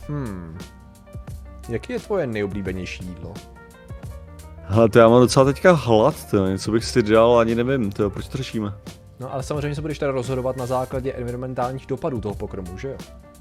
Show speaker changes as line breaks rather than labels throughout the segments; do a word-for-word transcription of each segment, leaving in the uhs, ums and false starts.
Hmm. Jaký je tvoje nejoblíbenější jídlo?
Hele, to já mám docela teďka hlad, to něco bych si dělal, ani nevím, to proč to řešíme?
No ale samozřejmě se budeš teda rozhodovat na základě environmentálních dopadů toho pokrmu, že jo?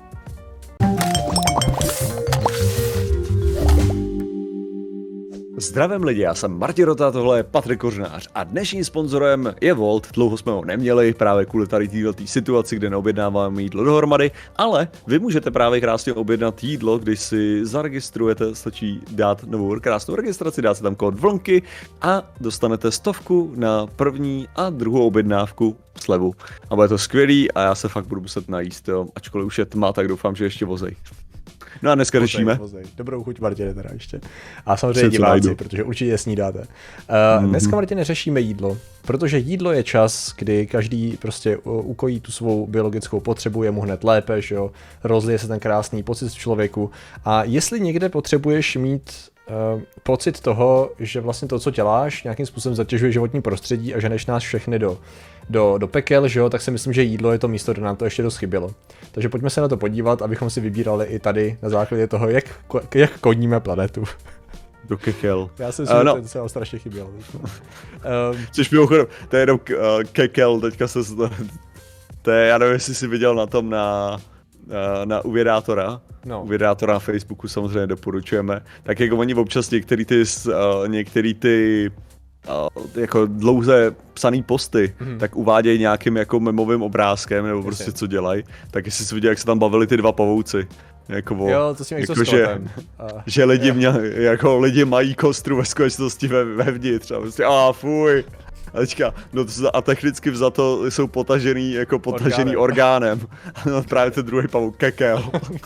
Zdravím lidi, já jsem Martin Rota, tohle je Patrik Kořenář a dnešním sponzorem je Wolt. Dlouho jsme ho neměli, právě kvůli tady této situaci, kde neobjednáváme jídlo dohromady, ale vy můžete právě krásně objednat jídlo, když si zaregistrujete, stačí dát novou krásnou registraci, dát si tam kód vlnky a dostanete stovku na první a druhou objednávku slevu. A bude to skvělý a já se fakt budu muset najíst, jo. Ačkoliv už je tma, tak doufám, že ještě vozej. No a dneska řešíme.
Vozej, vozej. Dobrou chuť, Martine, teda ještě. A samozřejmě diváci, protože určitě snídáte. Uh, mm-hmm. Dneska, Martine, řešíme jídlo, protože jídlo je čas, kdy každý prostě ukojí tu svou biologickou potřebu, je mu hned lépe, že jo, rozlije se ten krásný pocit v člověku. A jestli někde potřebuješ mít uh, pocit toho, že vlastně to, co děláš, nějakým způsobem zatěžuje životní prostředí a ženeš nás všechny do Do, do pekel, že jo, tak si myslím, že jídlo je to místo, kde nám to ještě dost chybělo. Takže pojďme se na to podívat, abychom si vybírali i tady na základě toho, jak, jak kodníme planetu.
Do kekel.
Já si myslím, uh, no. že to se nám strašně chybělo. um,
Což mimochodem, to je jenom uh, kekel, teďka se to je, já nevím, jestli jsi viděl na tom na, uh, na Uvědátora. No. Uvědátora na Facebooku samozřejmě doporučujeme. Tak jako oni občas některý ty, uh, některý ty Uh, jako dlouze psaný posty, mm. tak uvádějí nějakým jako memovým obrázkem, nebo prostě co dělají, tak jestli si viděl, jak se tam bavili ty dva pavouci. Jako,
jo, to si
jako že, uh, že lidi, mě, jako lidi mají kostru ve skutečnosti ve, vevnitř a prostě, a fuj. A teďka, no to, a technicky vzato jsou potažený, jako potažený orgánem. orgánem. No právě ten druhý pavouk, kekel.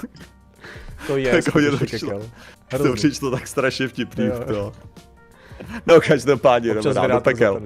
To je
jako to kekel. To přišlo tak strašně vtipný v to. No každopádně, nebo dám do pekel.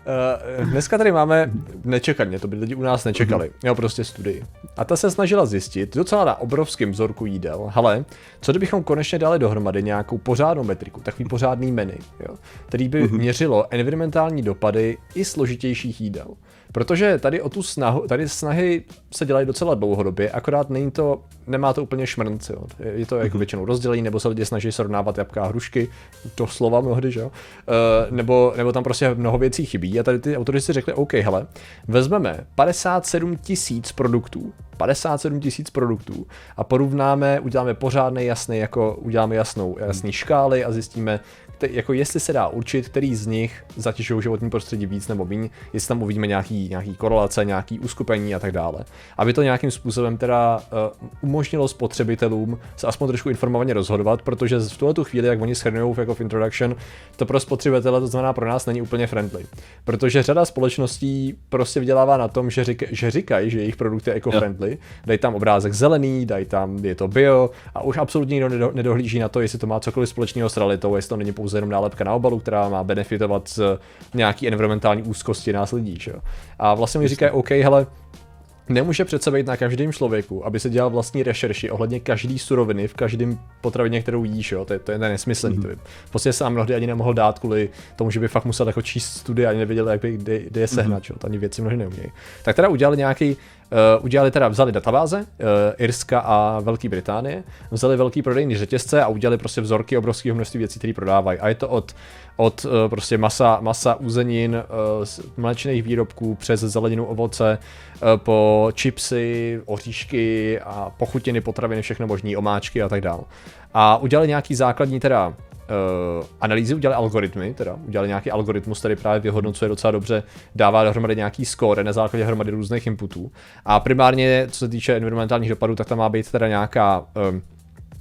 Uh, dneska tady máme nečekaně, to by lidi u nás nečekali, jo, prostě studii. A ta se snažila zjistit, docela na obrovském vzorku jídel, hele, co kdybychom konečně dali dohromady nějakou pořádnou metriku, takový pořádný menu, jo, který by uh-huh. měřilo environmentální dopady i složitějších jídel. Protože tady o tu snahu, tady snahy se dělají docela dlouhodobě, akorát není to, nemá to úplně šmrnc, jo. Je to jako většinou rozdělení, nebo se lidi snaží srovnávat jabka a hrušky, doslova mnohdy, že jo, uh, nebo, nebo tam prostě mnoho věcí chybí a tady ty autoři si řekli, OK, hele, vezmeme padesát sedm tisíc produktů, padesát sedm tisíc produktů a porovnáme, uděláme pořádný jasný, jako uděláme jasnou, jasný škály a zjistíme, jako jestli se dá určit, který z nich zatěžují životní prostředí víc nebo méně, jestli tam uvidíme nějaký, nějaký korelace, nějaký uskupení a tak dále. Aby to nějakým způsobem teda uh, umožnilo spotřebitelům se aspoň trošku informovaně rozhodovat, protože v tuhletu chvíli, jak oni shrnují jako v introduction, to pro spotřebitele, to znamená pro nás, není úplně friendly. Protože řada společností prostě vydělává na tom, že, řík, že říkají, že jejich produkt je eco-friendly, dají tam obrázek zelený, dají tam, je to bio a už absolutně nikdo nedohlíží na to, jestli to má cokoliv společného s realitou, jestli to není pouze jenom nálepka na obalu, která má benefitovat z nějaký environmentální úzkosti nás lidí, že jo. A vlastně mi říkají, OK, hele, nemůže přece být na každém člověku, aby se dělal vlastní rešerši ohledně každý suroviny v každém potravině, kterou jíš, jo. To je, to je nesmyslný. Mm. To by prostě sám mnohdy ani nemohl dát kvůli tomu, že by fakt musel jako číst studie, ani nevěděl, jak by, kde, kde je sehnat, mm. jo. To ani věci mnohdy neumějí. Tak teda udělali nějaký Uh, udělali teda, vzali databáze, uh, Irska a Velké Británie, vzali velký prodejní řetězce a udělali prostě vzorky obrovského množství věcí, které prodávají. A je to od, od uh, prostě masa, masa uzenin, uh, mléčných výrobků přes zeleninu, ovoce, uh, po chipsy, oříšky a pochutiny, potraviny, všechno možný, omáčky a tak dále. A udělali nějaký základní teda Uh, analýzy, udělali algoritmy, teda udělali nějaký algoritmus, který právě vyhodnocuje docela dobře, dává dohromady nějaký score na základě hromady různých inputů. A primárně, co se týče environmentálních dopadů, tak tam má být teda nějaká um, uh,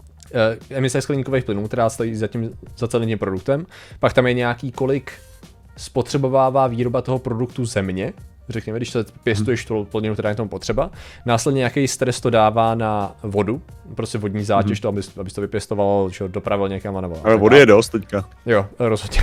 emise skleníkových plynů, která stojí za tím za celým tím produktem. Pak tam je nějaký, kolik spotřebovává výroba toho produktu země, řekněme, když se pěstuješ tu plodinu, která je tomu potřeba. Následně nějaký stres to dává na vodu, prostě vodní zátěž, mm-hmm. to, abys, abys to vypěstoval, že dopravil někam a nebo.
Ale vody je dost teďka.
Jo, rozhodně.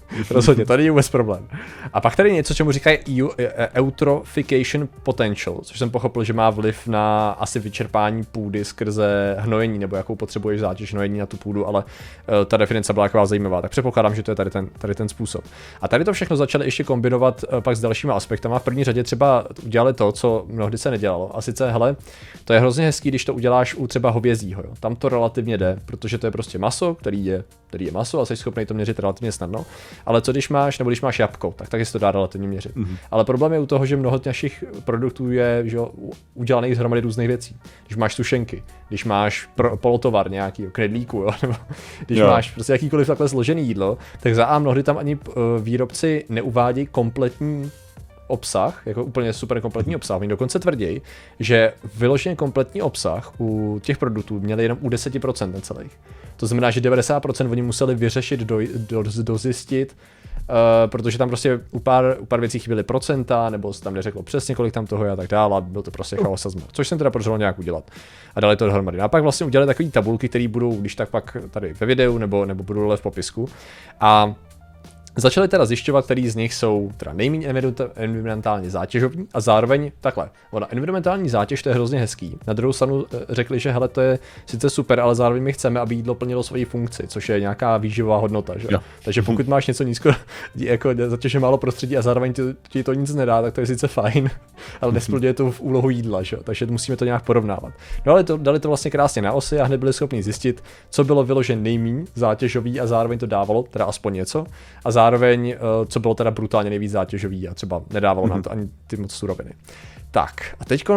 Rozhodně, to není vůbec problém. A pak tady něco, čemu říkají eutrophication potential, což jsem pochopil, že má vliv na asi vyčerpání půdy skrze hnojení, nebo jakou potřebuješ zátěž hnojení na tu půdu, ale uh, ta definice byla taková zajímavá, tak předpokládám, že to je tady ten, tady ten způsob. A tady to všechno začali ještě kombinovat uh, pak s dalšíma aspektama. V první řadě třeba udělali to, co mnohdy se nedělalo. A sice, hele, to je hrozně hezký, když to uděláš u třeba hovězího, jo. Tam to relativně jde, protože to je prostě maso, který je, který je maso a jsi schopný to měřit relativně snadno. Ale co když máš, nebo když máš jabko, tak taky se to dá relativně měřit. Mm-hmm. Ale problém je u toho, že mnoho našich produktů je, že udělaných z hromady různých věcí. Když máš sušenky, když máš pro, polotovar nějaký, knedlíku, jo, nebo když jo. máš prostě jakýkoliv takhle složený jídlo, tak za A mnohdy tam ani uh, výrobci neuvádějí kompletní obsah, jako úplně super kompletní obsah. Oni dokonce tvrdí, že vyloženě kompletní obsah u těch produktů měli jenom u deset procent necelých. To znamená, že devadesát procent oni museli vyřešit, do, do, dozjistit, uh, protože tam prostě u pár, u pár věcí chyběly procenta, nebo se tam neřeklo přesně, kolik tam toho je a tak dále, a byl to prostě chaos a zmar. Což jsem teda podařilo nějak udělat. A dali to dohromady. A pak vlastně udělali takové tabulky, které budou, když tak pak tady ve videu, nebo, nebo budou dole v popisku. A začali teda zjišťovat, který z nich jsou teda nejméně environmentálně zátěžový a zároveň takhle. Ona environmentální zátěž, to je hrozně hezký. Na druhou stranu řekli, že hele, to je sice super, ale zároveň my chceme, aby jídlo plnilo svoji funkci, což je nějaká výživová hodnota, že? Jo. Takže pokud máš něco nízko, jako zatěže málo prostředí a zároveň ti, ti to nic nedá, tak to je sice fajn, ale nesplňuje to v úlohu jídla, že? Takže musíme to nějak porovnávat. No ale to, dali to vlastně krásně na osy a hned byli schopni zjistit, co bylo vyložen nejméně zátěžový a zároveň to dávalo, teda aspoň něco. A zároveň, co bylo teda brutálně nejvíc zátěžový a třeba nedávalo mm-hmm. nám to ani ty moc suroviny. Tak, a teď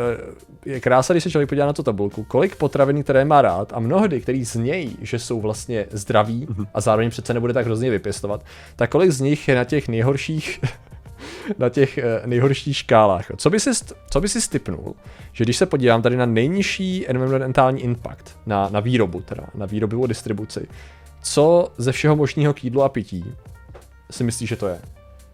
je krása, když se člověk podívá na tu tabulku, kolik potravin, které má rád a mnohdy, který znějí, že jsou vlastně zdraví mm-hmm. a zároveň přece nebude tak hrozně vypěstovat, tak kolik z nich je na těch nejhorších na těch nejhorších škálách. Co by si, co by si stipnul, že když se podívám tady na nejnižší environmentální impact, na, na výrobu teda, na výrobu a distribuci, co ze všeho možného k jídlu a pití si myslíš, že to je?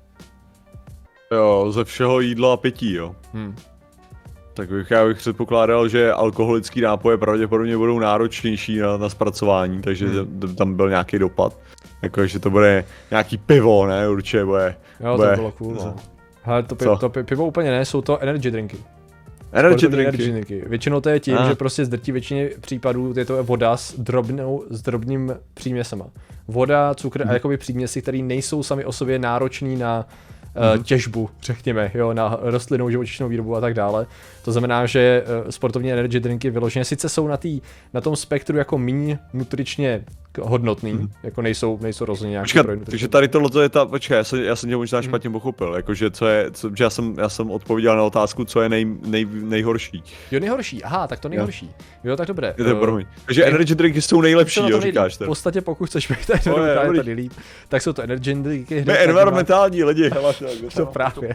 Jo, ze všeho jídla a pití, jo. Hmm. Tak bych, já bych předpokládal, že alkoholický nápoje pravděpodobně budou náročnější na, na zpracování, takže hmm. tam byl nějaký dopad. Jako, že to bude nějaký pivo, ne, určitě bude.
Jo,
bude...
to bylo cool, no. Hele, to, pi- to pi- pivo úplně ne, jsou to energy drinky.
Energy drinky.
energy drinky. Většinou to je tím, ah. že prostě z drtí většině případů je to voda s, drobnou, s drobným příměsema. Voda, cukr hmm. a jakoby příměsi, které nejsou sami o sobě náročný na uh, těžbu, řekněme, jo, na rostlinnou živočišnou výrobu a tak dále. To znamená, že uh, sportovní energy drinky vyloženě sice jsou na, tý, na tom spektru jako méně nutričně hodnotný, hmm. jako nejsou, nejsou rozhodně nějaký
pro nutriční. Takže tady tohle je ta, počkej, já jsem, já jsem tě možná hmm. špatně pochopil, jakože co je, co, že já jsem, já jsem odpověděl na otázku, co je nej, nej, nejhorší.
Jo, nejhorší, aha, tak to nejhorší. Jo, jo tak dobré.
Jo, to je takže energy drinky jsou nejlepší, jo, říkáš
ten. V podstatě pokud chceš být tady, oh, tady, tady líp, tak jsou to energy drinky.
My environmentální lidi.
To právě.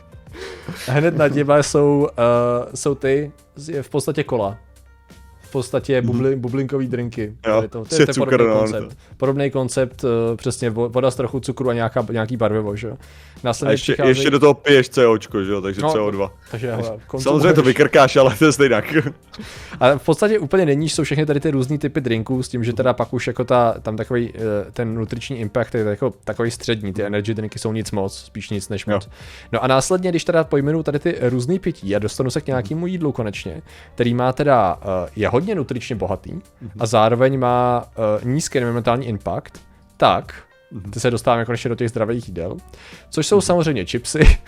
Hned nad nimi jsou, uh, jsou ty, v podstatě kola. V podstatě bubli, bublinkový drinky.
Jo,
je to, to, je, to je podobný cukr, koncept. No. Podobný koncept, uh, přesně voda s trochu cukru a nějaká, nějaký barvivo, že jo.
A ještě, přichází... ještě do toho piješ COčko, že jo, takže no, C O dva.
Takže, hele,
samozřejmě to vykrkáš, ale to je stejnak.
A v podstatě úplně není, jsou všechny tady ty různý typy drinků, s tím, že teda pak už jako ta, tam takový ten nutriční impact je jako takový střední, ty energy drinky jsou nic moc, spíš nic než moc. Jo. No a následně, když teda pojmenuju tady ty různý pití a dostanu se k nějakému jídlu konečně, který má teda, je hodně nutričně bohatý a zároveň má nízký environmentální impact, tak ty se dostáváme konečně do těch zdravých jídel, což jsou samozřejmě chipsy, uh,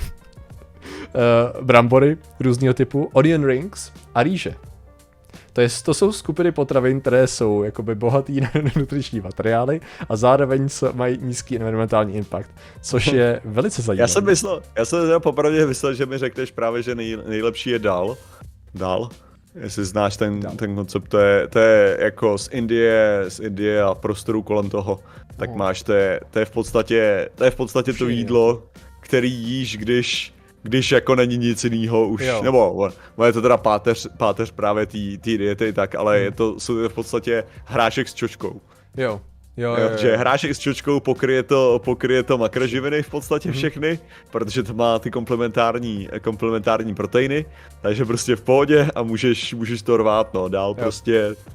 brambory různého typu, onion rings a rýže. To, je, to jsou skupiny potravin, které jsou jakoby bohatý na nutriční materiály a zároveň mají nízký environmentální impact, což je velice zajímavé.
Já jsem myslel, já jsem teda popravdě myslel, že mi řekneš právě, že nej, nejlepší je dal. Dal. Jestli znáš ten, ten koncept, to je, to je jako z Indie, z Indie a prostoru kolem toho, tak máš, to je, to je v podstatě, to je v podstatě to jídlo, který jíš, když, když jako není nic jiného už, jo. nebo je to teda páteř, páteř právě té diety, tak, ale hmm. je to jsou v podstatě hrášek s čočkou.
Jo. Jo,
jo, jo, jo. Že hrášek s čočkou pokryje to, pokryje to makroživiny v podstatě všechny, mm. protože to má ty komplementární, komplementární proteiny, takže prostě v pohodě a můžeš, můžeš to rvát, no, dál jo. prostě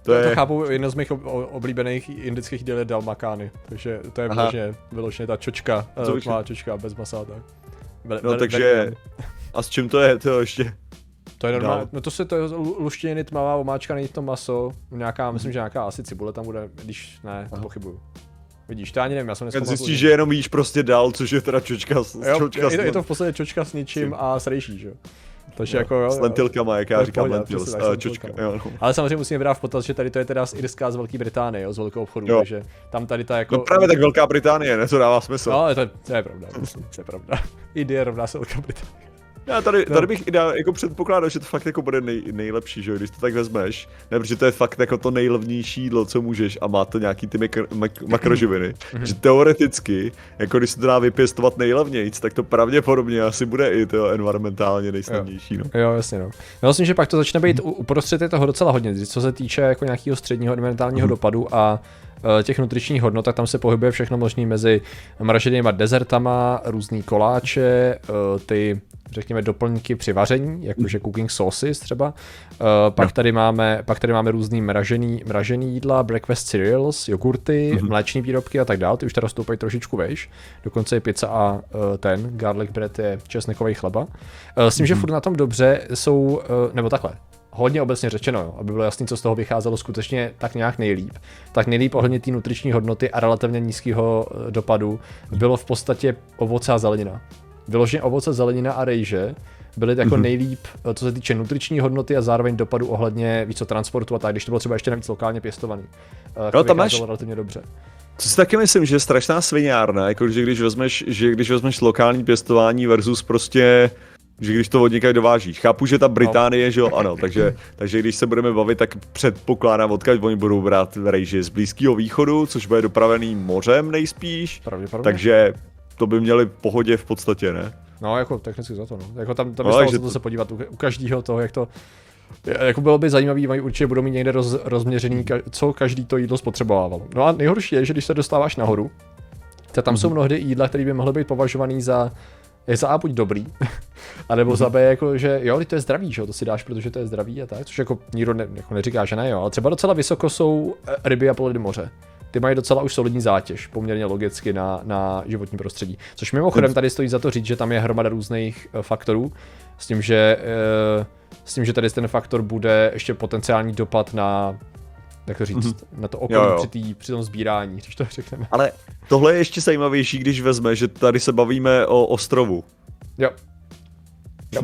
To je...
to chápu, jedno z mých oblíbených indických jídel je dal makány, takže to je vyloženě, vyloženě ta čočka, má čočka bez masa, tak.
Vele, no takže, a s čím to je to ještě?
To je normálně, no to se to je luštěniny tmavá omáčka, není to maso, nějaká, myslím, že nějaká asi cibule tam bude, když ne, to pochybuju. Vidíš, to ani nevím, já jsem dneska
zjistíš, že jenom jíš prostě dal, což je teda čočka s,
jo,
čočka
je, to, je to v podstatě čočka s ničím a s rejší, že jo. Takže
no,
jako jo.
S lentilkama, jak já říkám lentils,
uh,
čočka, jo, no.
Ale samozřejmě musíme brát v potaz, že tady to je teda z Irska, z Velké Británie, jo, z velkého obchodu, jo. Takže tam tady ta jako...
No právě tak Velká Británie, ne, to dává smysl.
No, to, to je pravda, myslím, to je pravda. Idea rovná se Velká Británie.
Já tady, tady bych ideál, jako předpokládal, že to fakt jako bude nej, nejlepší, že jo, když to tak vezmeš, ne, protože to je fakt jako to nejlevnější jídlo, co můžeš a má to nějaký ty makro, mak, makroživiny, že teoreticky, jako když se to dá vypěstovat nejlevnějc, tak to pravděpodobně asi bude i to environmentálně nejsnadnější, no.
Jo, jasně, no. Já myslím, že pak to začne být uprostřed toho docela hodně, co se týče jako nějakého středního environmentálního mm. dopadu a těch nutričních hodnot, tak tam se pohybuje všechno možný mezi mraženýma dezertama, různý koláče, ty řekněme doplňky při vaření, jakože cooking sauces třeba. Pak tady máme, pak tady máme různý mražený, mražený jídla, breakfast cereals, jogurty, mm-hmm. mléčné výrobky a tak dále, ty už teda stoupají trošičku vejš. Dokonce je pizza a ten garlic bread je česnekový chleba. S tím, mm-hmm. že furt na tom dobře jsou, nebo takhle, hodně obecně řečeno, jo, aby bylo jasný, co z toho vycházelo skutečně tak nějak nejlíp. Tak nejlíp ohledně té nutriční hodnoty a relativně nízkého dopadu bylo v podstatě ovoce a zelenina. Vyloženě ovoce, zelenina a rejže byly jako mm-hmm. nejlíp, co se týče nutriční hodnoty a zároveň dopadu ohledně víc transportu a tak, když to bylo třeba ještě navíc lokálně pěstovaný. Tak
no,
to vycházelo máš... relativně dobře.
Co si taky myslím, že je strašná sviňárna, jako že když vezmeš, že když vezmeš lokální pěstování versus prostě že když to od někde dovážíš. Chápu, že ta Británie, no. že jo, ano, takže, takže když se budeme bavit, tak předpokládám, odkud oni budou brát rejži z Blízkého východu, což bude dopravený mořem nejspíš, takže to by měli v pohodě v podstatě, ne?
No, jako technicky za to, no. Jako tam, tam no, by stalo to... se podívat u, u každého toho, jak to... Jako bylo by zajímavý, mají určitě budou mít někde roz, rozměřený, co každý to jídlo spotřebovávalo. No a nejhorší je, že když se dostáváš nahoru, tak tam mm-hmm. jsou mnohdy jídla, které by mohly být považovaný za je za A buď dobrý, anebo mm-hmm. za B jako, že jo, to je zdravý, že jo, to si dáš, protože to je zdravý a tak, což jako nikdo ne, jako neříká, že ne, jo, ale třeba docela vysoko jsou ryby a plody moře. Ty mají docela už solidní zátěž, poměrně logicky na, na životní prostředí. Což mimochodem tady stojí za to říct, že tam je hromada různých faktorů, s tím, že, s tím, že tady ten faktor bude ještě potenciální dopad na, jak to říct, mm-hmm. na to okolí při, tý, při tom sbírání, když to řekneme.
Ale tohle je ještě zajímavější, když vezme, že tady se bavíme o ostrovu.
Jo. jo.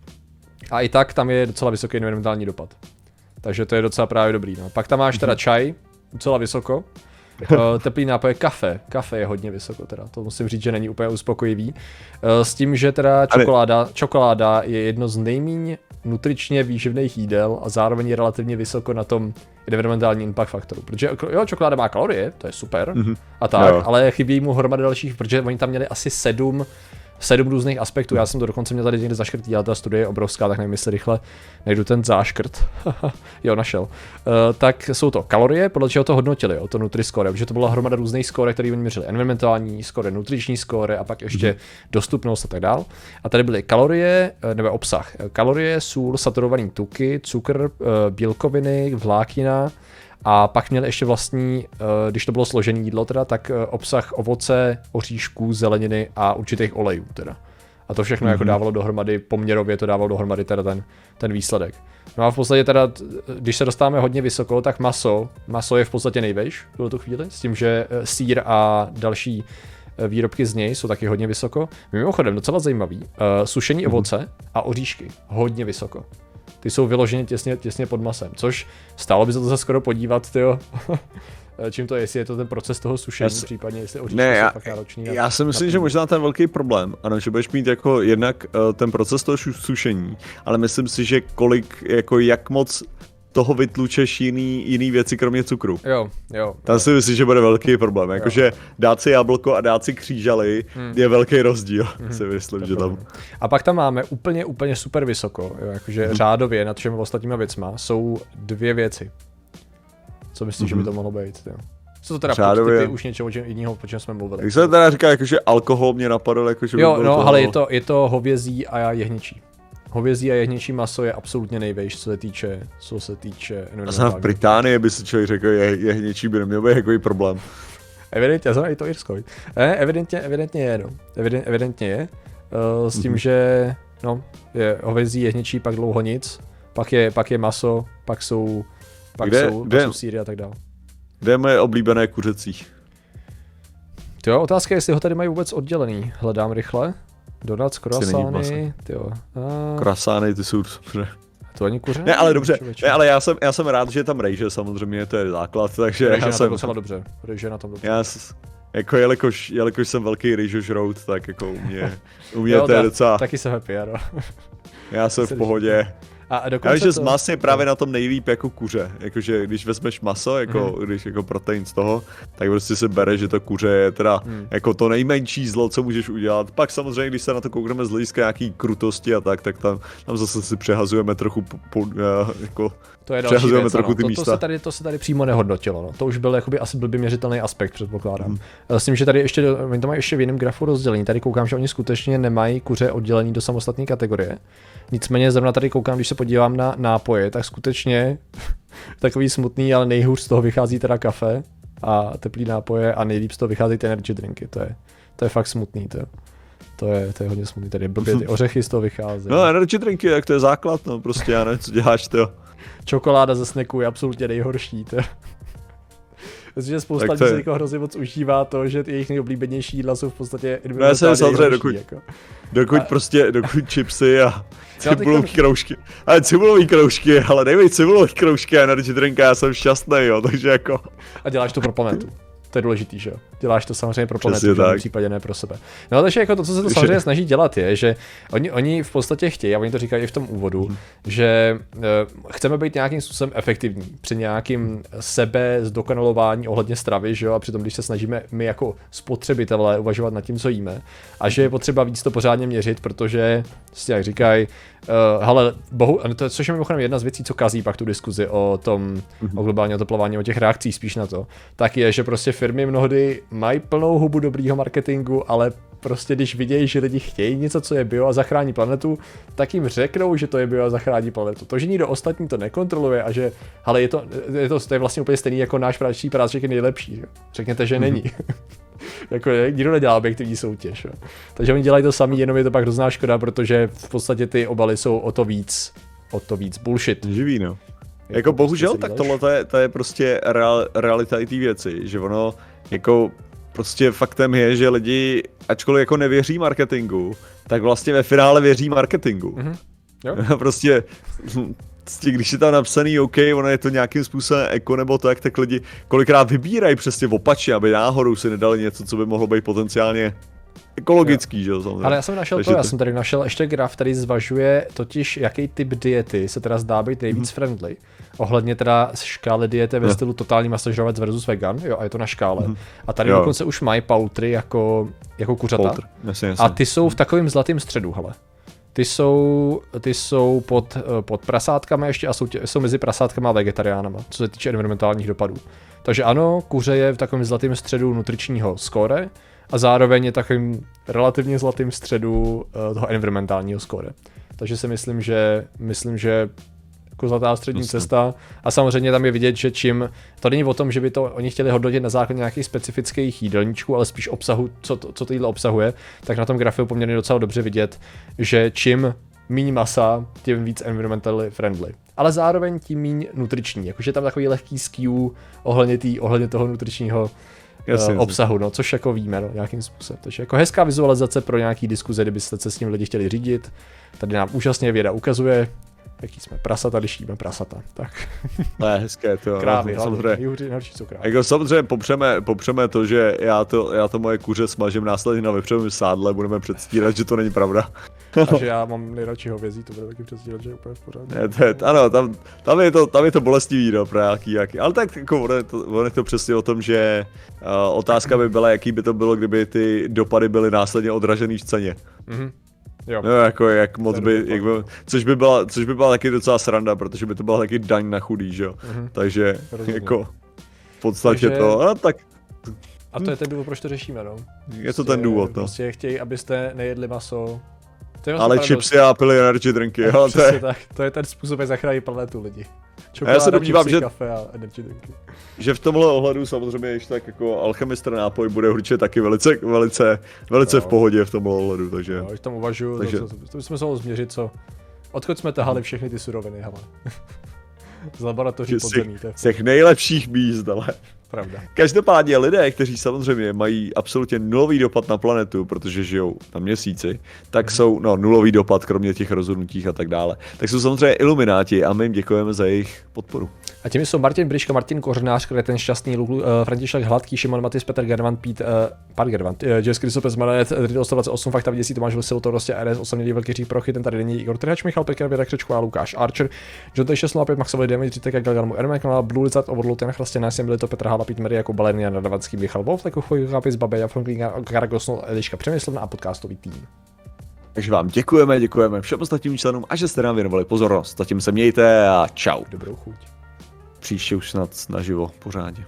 A i tak tam je docela vysoký environmentální dopad. Takže to je docela právě dobrý. No. Pak tam máš teda čaj, docela vysoko. Teplý nápoje, kafe. Kafe je hodně vysoko teda, to musím říct, že není úplně uspokojivý. S tím, že teda čokoláda, čokoláda je jedno z nejméně nutričně výživných jídel a zároveň je relativně vysoko na tom environmentální impact faktoru. Protože jo, čokoláda má kalorie, to je super mm-hmm. a tak, jo. ale chybí mu hromady dalších, protože oni tam měli asi sedm sedm různých aspektů, já jsem to dokonce měl tady někde zaškrtý, ale ta studie je obrovská, tak nevím, jestli rychle najdu ten záškrt. Jo, našel. Uh, tak jsou to kalorie, podle čeho to hodnotili, jo, to Nutri-score, protože to byla hromada různých skóre, které oni měřili. Environmentální skóre, nutriční skóre a pak ještě mm. dostupnost a tak dál. A tady byly kalorie, nebo obsah. Kalorie, sůl, saturovaný tuky, cukr, bílkoviny, vláknina. A pak měl ještě vlastní, když to bylo složené jídlo teda, tak obsah ovoce, oříšků, zeleniny a určitých olejů teda. A to všechno mm-hmm. jako dávalo dohromady, poměrově to dávalo dohromady teda ten, ten výsledek. No a v podstatě teda, když se dostáváme hodně vysoko, tak maso, maso je v podstatě nejvejš v tuto chvíli, s tím, že sýr a další výrobky z něj jsou taky hodně vysoko. Mimochodem, docela zajímavý, sušení mm-hmm. ovoce a oříšky, hodně vysoko. Ty jsou vyloženě těsně, těsně pod masem, což stálo by se to se skoro podívat, tyjo. Čím to je, jestli je to ten proces toho sušení, s... případně jestli oříšky
ne,
jsou
já,
fakt náročný.
Já si myslím, že možná ten velký problém, ano, že budeš mít jako jednak uh, ten proces toho sušení, ale myslím si, že kolik, jako jak moc toho vytlučeš jiný, jiný věci kromě cukru.
Jo, jo.
Tam
jo.
si myslím, že bude velký problém, jakože dát si jablko a dát si křížaly hmm. je velký rozdíl, hmm. si myslím, to že tam.
A pak tam máme úplně, úplně super vysoko, jo, jakože hmm. řádově nad všemi ostatníma věcma jsou dvě věci. Co myslíš, hmm. že by to mohlo být, jo? Co to teda
řádově...
podtypy už něčeho jiného, o čem jsme mluvili?
Jak se teda říká, jakože alkohol mě napadl, jakože by
jo,
bylo
no,
toho...
ale je to, je to hovězí a jehněčí. hovězí a jehněčí maso je absolutně nejvejš, co se týče, co se týče.
A jsem v Británii by si člověk řekl, je, jehněčí by neměl být takový problém.
Evidentně, já jsem i to Irsko. Ne, evidentně, evidentně je, no. Evident, evidentně je. Uh, s tím, mm-hmm. že no, je hovězí, jehněčí, pak dlouho nic, pak je, pak je maso, pak jsou, pak
kde,
jsou,
kde,
pak jsou sýry a tak dále.
Kde je moje oblíbené kuřecí?
Jo, otázka je, jestli ho tady mají vůbec oddělený. Hledám rychle. Donuts, croissány, jo. A...
Croissány, ty jsou dobře.
To ani kuře?
Ne, ale dobře, ne, ale já jsem, já jsem rád, že je tam rejže, samozřejmě, to je základ, takže
rejže
já
na
jsem...
docela dobře, rejže na tom dobře.
Já, jako jelikož, jelikož jsem velký rejžožrout, tak jako u mě, u mě jo, to je docela...
Taky jsem happy, ano.
Já jsem v pohodě.
A
já vím, že z masy je právě na tom nejlíp jako kuře, jakože když vezmeš maso, jako, hmm. když jako protein z toho, tak prostě se bere, že to kuře je teda hmm. jako to nejmenší zlo, co můžeš udělat. Pak samozřejmě, když se na to koukneme z hlediska nějaký krutosti a tak, tak tam, tam zase si přehazujeme trochu, po, po, jako,
to je další věc,
trochu
ano.
ty
to,
místa.
To se, tady, to se tady přímo nehodnotilo, no. To už byl jakoby asi blbě měřitelný aspekt, předpokládám. Hmm. S tím, že tady ještě, oni to mají ještě v jiném grafu rozdělení, tady koukám, že oni skutečně nemají kuře oddělení do samostatné kategorie. Nicméně zrovna tady koukám, když se podívám na nápoje, tak skutečně takový smutný, ale nejhůř z toho vychází teda kafe a teplý nápoje a nejlíp z toho vychází ty energy drinky, to je, to je fakt smutný, to, to, je, to je hodně smutný, tady blbě ty ořechy z toho vychází.
No energy drinky, jak to je základ, no prostě já nevím, co děláš, to.
Čokoláda ze snacku je absolutně nejhorší, to. Myslím, že spousta lidí se jako hrozně moc užívá to, že jejich nejoblíbenější jídla jsou v podstatě
environmentálně nejhorší. Dokud, jako. dokud a... prostě, dokud chipsy a cibulový teďka... kroužky. Ale cibulový kroužky, ale nejmej cibulový kroužky a energy drinka, já jsem šťastný, jo, takže jako.
A děláš to pro planetu. To je důležitý, že jo? Děláš to samozřejmě pro planetu, v žádném případě ne pro sebe. No takže jako to, co se to samozřejmě snaží dělat, je, že oni, oni v podstatě chtějí, a oni to říkají i v tom úvodu, hmm. že uh, chceme být nějakým způsobem efektivní při nějakým sebe zdokonalování ohledně stravy, že jo? A přitom, když se snažíme my jako spotřebitelé uvažovat nad tím, co jíme, a že je potřeba víc to pořádně měřit, protože, jak říkají, Uh, hele, bohu, to, což je mimochodem jedna z věcí, co kazí pak tu diskuzi o tom, mm-hmm. o globálním oteplování, o těch reakcích spíš na to, tak je, že prostě firmy mnohdy mají plnou hubu dobrýho marketingu, ale prostě když vidějí, že lidi chtějí něco, co je bio a zachrání planetu, tak jim řeknou, že to je bio a zachrání planetu. To, že nikdo ostatní to nekontroluje a že, hele, je to, je to, to je vlastně úplně stejný jako náš práčí práce, je nejlepší. Že? Řekněte, že mm-hmm. není. Jako je, nikdo nedělá objektivní soutěž. Jo. Takže oni dělají to samý, jenom je to pak hrozná škoda, protože v podstatě ty obaly jsou o to víc, o to víc bullshit.
Živý, no. Jako, jako bohužel, tak tohle to je, to je prostě real, realita i té věci, že ono, jako prostě faktem je, že lidi, ačkoliv jako nevěří marketingu, tak vlastně ve finále věří marketingu. Mm-hmm. Jo. Prostě... Když je tam napsaný OK, ono je to nějakým způsobem eko nebo tak, tak lidi kolikrát vybírají přesně opačně, aby náhodou si nedali něco, co by mohlo být potenciálně ekologický, jo. Že jo?
Ale já jsem našel Takže to, já to... jsem tady našel ještě graf, který zvažuje totiž, jaký typ diety se teda zdá být nejvíc mm. friendly. Ohledně teda škály diety ve stylu totální masožravec versus vegan, jo, a je to na škále. Mm. A tady jo. dokonce už mají poultry jako, jako kuřata. Poultr. Jasně, jasně. A ty jsou v takovém zlatém středu, hele. Ty jsou, ty jsou pod, pod prasátkama ještě a jsou, tě, jsou mezi prasátkama a vegetariánama, co se týče environmentálních dopadů. Takže ano, kuře je v takovém zlatém středu nutričního skóre a zároveň je takovým relativně zlatým středu uh, toho environmentálního skóre. Takže si myslím, že myslím, že jako zlatá střední Myslím. cesta a samozřejmě tam je vidět, že čím, to není o tom, že by to oni chtěli hodnotit na základě nějakých specifických jídelníčků, ale spíš obsahu, co to, co to jídlo obsahuje, tak na tom grafu je poměrně docela dobře vidět, že čím míň masa, tím víc environmentally friendly. Ale zároveň tím míň nutriční, jakože tam takový lehký skew ohledně, tý, ohledně toho nutričního Jasně, uh, obsahu, no, což jako víme, no, nějakým způsobem. Takže jako hezká vizualizace pro nějaký diskuze, kdybyste se s tím lidi chtěli řídit. Tady nám úžasně věda ukazuje, jaký jsme prasata, když jíme prasata, tak.
To je hezké, to jo.
Krávy, hlavně, nejhorší, nejhorší jsou krávy.
Jako samozřejmě popřeme, popřeme to, že já to, já to moje kuře smažím následně na vepřovém sádle, budeme předstírat, že to není pravda.
A že já mám nejradši hovězí, to bude taky předstírat, že je úplně v pořádku.
Ne, to je, ano, tam, tam, je to, tam je to bolestivý, no, pro nějaký, jaký. Ale tak jako ono je, to, ono je to přesně o tom, že uh, otázka by byla, jaký by to bylo, kdyby ty dopady byly následně odražený v ceně. Mm-hmm. Jo. No, jako jak moc by, jak by, což by byla, což by byla taky docela sranda, protože by to byla taky daň na chudý, že jo. Mm-hmm. Takže Rozumím. Jako v podstatě Takže... to, no tak.
A to je ten důvod, proč to řešíme, no.
Je to ten důvod, no.
Prostě chtějí, abyste nejedli maso, To je vlastně
ale
paradox.
chipsy a pily energy drinky, jo, to
Přesně
je,
tak, to je ten způsob, jak zachránit planetu lidi.
A já se
Čokoláda,
domnívám,
chipsy,
že-
kafe a energy drinky.
že v tomhle ohledu samozřejmě ještě tak jako alchemistr nápoj bude určitě taky velice, velice, velice
No.
v pohodě v tomhle ohledu, takže.
Jo, když tam uvažuju,
Takže-
to, to, to, to bychom se mohli změřit, co... Odkud jsme tahali všechny ty suroviny, hele. Z laboratoří
Že z těch,
podzemí, to je
z těch nejlepších míst, ale.
pravda.
Každopádně lidé, kteří samozřejmě mají absolutně nulový dopad na planetu, protože žijou na měsíci, tak jsou, no nulový dopad, kromě těch rozhodnutích a tak dále, tak jsou samozřejmě ilumináti a my jim děkujeme za jejich podporu.
A těmi jsou Martin Briška, Martin Kořenář, Kreten Šťastný, Lulu, uh, František Hladký, Šimon Matis, Petr Gervant, Pít, uh, Pat Gervant, uh, Jess Krysopes, Manet, Driddle sto dvacet osm, Fakta Vědící, Tomáš Vesil, to prostě R S, osamělý Velký Řík, Prochy, ten tady není Igor Trhač, Michal Pekar, Věda Křečková, Lukáš Archer, John T šest nula pět, Maxovi Damage, Řítek, Galgarmu, Ermek, Kanál, Blue Lizard, Overload, Jan Chrastěná, jsem byli to Petr Hála, Pít Mary, jako Balerny, Jan Radavanský, Michal Wolf, Takový Chápis, Babé, Jafron Klinga, Karagosnul, Eliška Přemyslovna a podcastový tým.
Takže vám děkujeme, děkujeme všem ostatním členům a že jste nám věnovali pozornost. Zatím se mějte a čau.
Dobrou chuť.
Příště už snad naživo pořádně.